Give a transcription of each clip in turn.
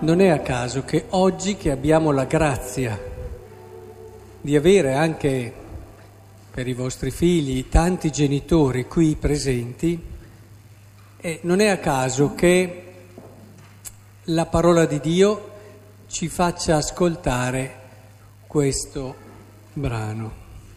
Non è a caso che oggi che abbiamo la grazia di avere anche per i vostri figli tanti genitori qui presenti, non è a caso che la parola di Dio ci faccia ascoltare questo brano.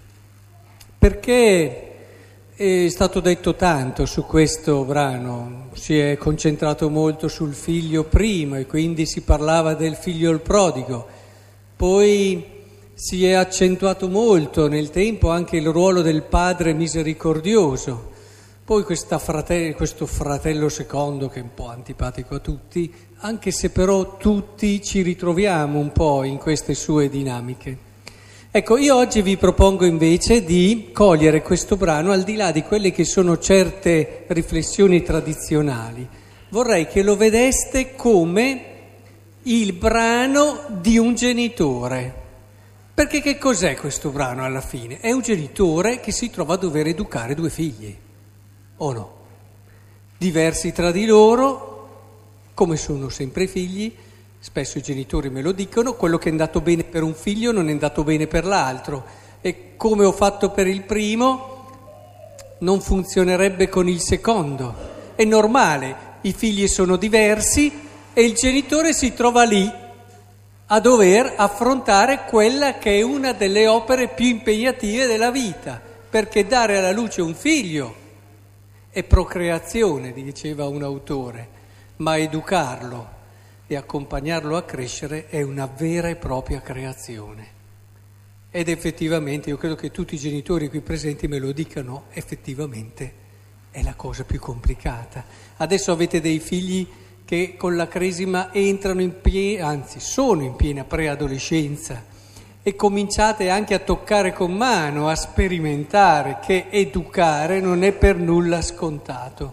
Perché è stato detto tanto su questo brano, si è concentrato molto sul figlio primo e quindi si parlava del figlio il prodigo, poi si è accentuato molto nel tempo anche il ruolo del padre misericordioso, poi questo fratello secondo che è un po' antipatico a tutti, anche se però tutti ci ritroviamo un po' in queste sue dinamiche. Ecco, io oggi vi propongo invece di cogliere questo brano al di là di quelle che sono certe riflessioni tradizionali. Vorrei che lo vedeste come il brano di un genitore. Perché che cos'è questo brano alla fine? È un genitore che si trova a dover educare due figli, o no? Diversi tra di loro, come sono sempre i figli. Spesso i genitori me lo dicono, quello che è andato bene per un figlio non è andato bene per l'altro e come ho fatto per il primo non funzionerebbe con il secondo. È normale, i figli sono diversi e il genitore si trova lì a dover affrontare quella che è una delle opere più impegnative della vita, perché dare alla luce un figlio è procreazione, diceva un autore, ma educarlo e accompagnarlo a crescere è una vera e propria creazione. Ed effettivamente, io credo che tutti i genitori qui presenti me lo dicano, effettivamente è la cosa più complicata. Adesso avete dei figli che con la cresima entrano sono in piena preadolescenza e cominciate anche a toccare con mano, a sperimentare che educare non è per nulla scontato.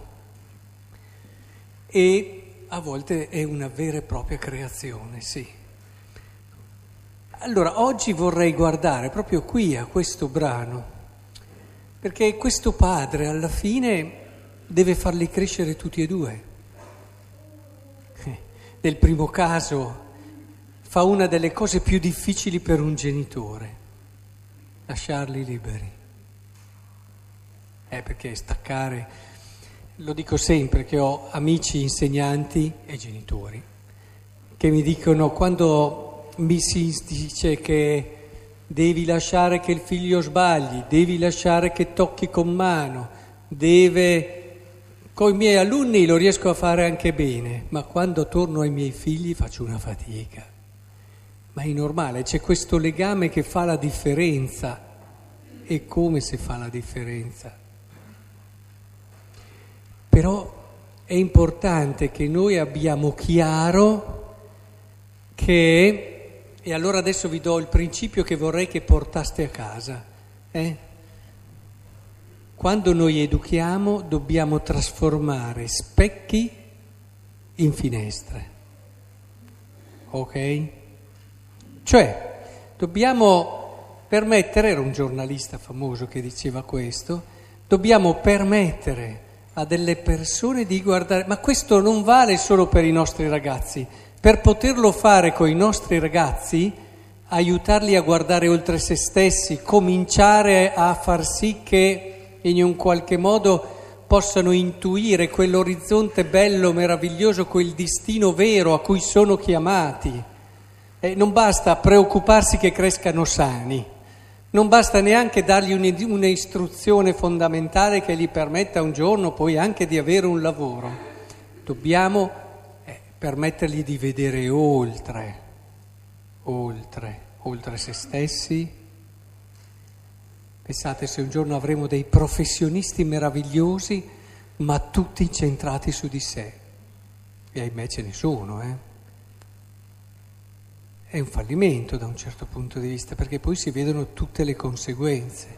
E a volte è una vera e propria creazione, sì. Allora, oggi vorrei guardare proprio qui a questo brano, perché questo padre alla fine deve farli crescere tutti e due. Nel primo caso fa una delle cose più difficili per un genitore, lasciarli liberi. Perché staccare... Lo dico sempre che ho amici insegnanti e genitori che mi dicono mi si dice che devi lasciare che il figlio sbagli, devi lasciare che tocchi con mano, con i miei alunni lo riesco a fare anche bene, ma quando torno ai miei figli faccio una fatica. Ma è normale, c'è questo legame che fa la differenza. E come si fa la differenza? Però è importante che noi abbiamo chiaro che, e allora adesso vi do il principio che vorrei che portaste a casa. Quando noi educhiamo dobbiamo trasformare specchi in finestre, ok? Cioè dobbiamo permettere, era un giornalista famoso che diceva questo, dobbiamo permettere a delle persone di guardare, ma questo non vale solo per i nostri ragazzi, per poterlo fare con i nostri ragazzi, aiutarli a guardare oltre se stessi, cominciare a far sì che in un qualche modo possano intuire quell'orizzonte bello, meraviglioso, quel destino vero a cui sono chiamati. Non basta preoccuparsi che crescano sani. Non basta neanche dargli un'istruzione fondamentale che gli permetta un giorno poi anche di avere un lavoro. Dobbiamo permettergli di vedere oltre se stessi. Pensate se un giorno avremo dei professionisti meravigliosi, ma tutti incentrati su di sé. E ahimè ce ne sono, È un fallimento da un certo punto di vista, perché poi si vedono tutte le conseguenze.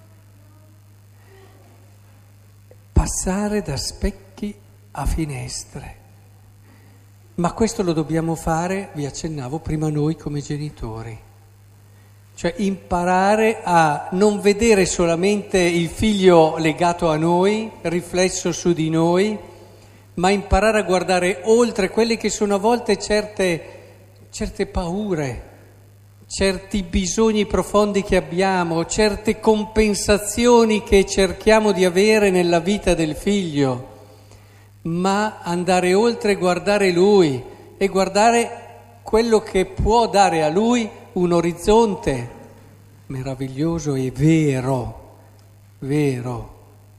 Passare da specchi a finestre. Ma questo lo dobbiamo fare, vi accennavo, prima noi come genitori. Cioè imparare a non vedere solamente il figlio legato a noi, riflesso su di noi, ma imparare a guardare oltre quelle che sono a volte certe paure, certi bisogni profondi che abbiamo, certe compensazioni che cerchiamo di avere nella vita del figlio, ma andare oltre e guardare lui e guardare quello che può dare a lui un orizzonte meraviglioso e vero, vero.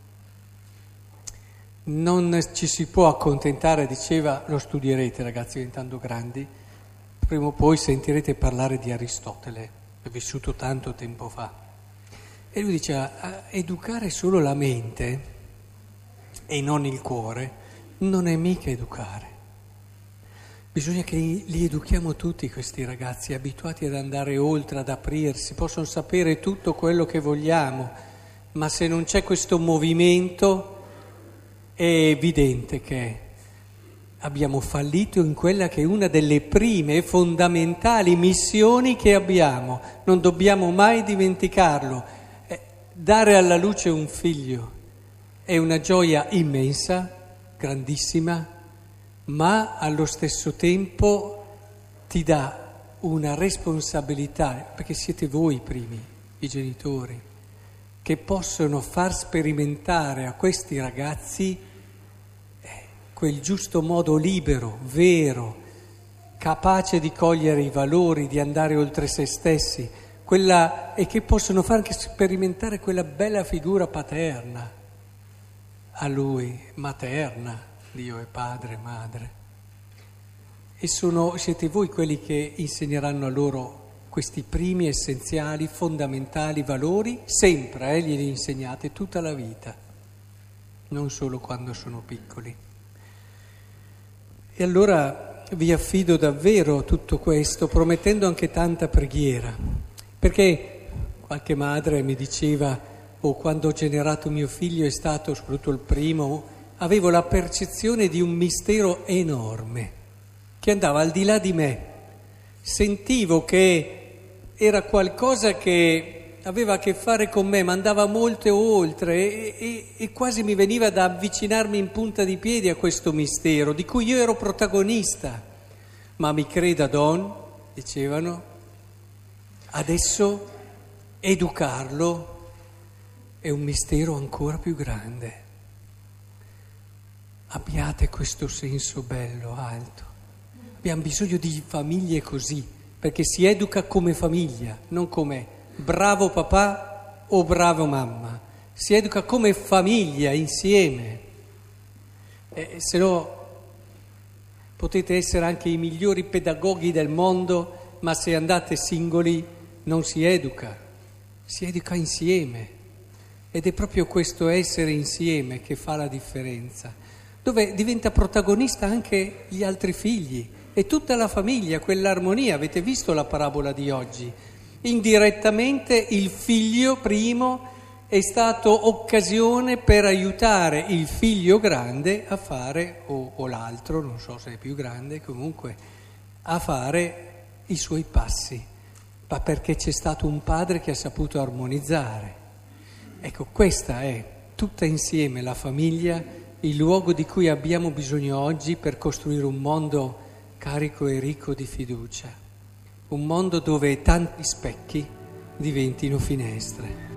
Non ci si può accontentare, diceva, lo studierete ragazzi diventando grandi, prima o poi sentirete parlare di Aristotele, è vissuto tanto tempo fa. E lui diceva, educare solo la mente e non il cuore non è mica educare. Bisogna che li educhiamo tutti questi ragazzi, abituati ad andare oltre, ad aprirsi, possono sapere tutto quello che vogliamo, ma se non c'è questo movimento è evidente che abbiamo fallito in quella che è una delle prime e fondamentali missioni che abbiamo. Non dobbiamo mai dimenticarlo. Dare alla luce un figlio è una gioia immensa, grandissima, ma allo stesso tempo ti dà una responsabilità, perché siete voi i primi, i genitori, che possono far sperimentare a questi ragazzi quel giusto modo libero, vero, capace di cogliere i valori, di andare oltre se stessi, e che possono far anche sperimentare quella bella figura paterna a lui, materna, Dio è padre, madre. E siete voi quelli che insegneranno a loro questi primi essenziali, fondamentali valori, sempre, glieli insegnate tutta la vita, non solo quando sono piccoli. E allora vi affido davvero tutto questo, promettendo anche tanta preghiera, perché qualche madre mi diceva, quando ho generato mio figlio è stato, soprattutto il primo, avevo la percezione di un mistero enorme, che andava al di là di me. Sentivo che era qualcosa che aveva a che fare con me, ma andava molto oltre e quasi mi veniva da avvicinarmi in punta di piedi a questo mistero, di cui io ero protagonista. Ma mi creda, Don, dicevano, adesso educarlo è un mistero ancora più grande. Abbiate questo senso bello, alto. Abbiamo bisogno di famiglie così, perché si educa come famiglia, non come bravo papà o bravo mamma. Si educa come famiglia, insieme. Se no potete essere anche i migliori pedagoghi del mondo, ma se andate singoli non si educa insieme. Ed è proprio questo essere insieme che fa la differenza, dove diventa protagonista anche gli altri figli e tutta la famiglia, quell'armonia. Avete visto la parabola di oggi? Indirettamente il figlio primo è stato occasione per aiutare il figlio grande a fare, o l'altro, non so se è più grande, comunque, a fare i suoi passi, ma perché c'è stato un padre che ha saputo armonizzare. Ecco, questa è tutta insieme la famiglia, il luogo di cui abbiamo bisogno oggi per costruire un mondo carico e ricco di fiducia, un mondo dove tanti specchi diventino finestre.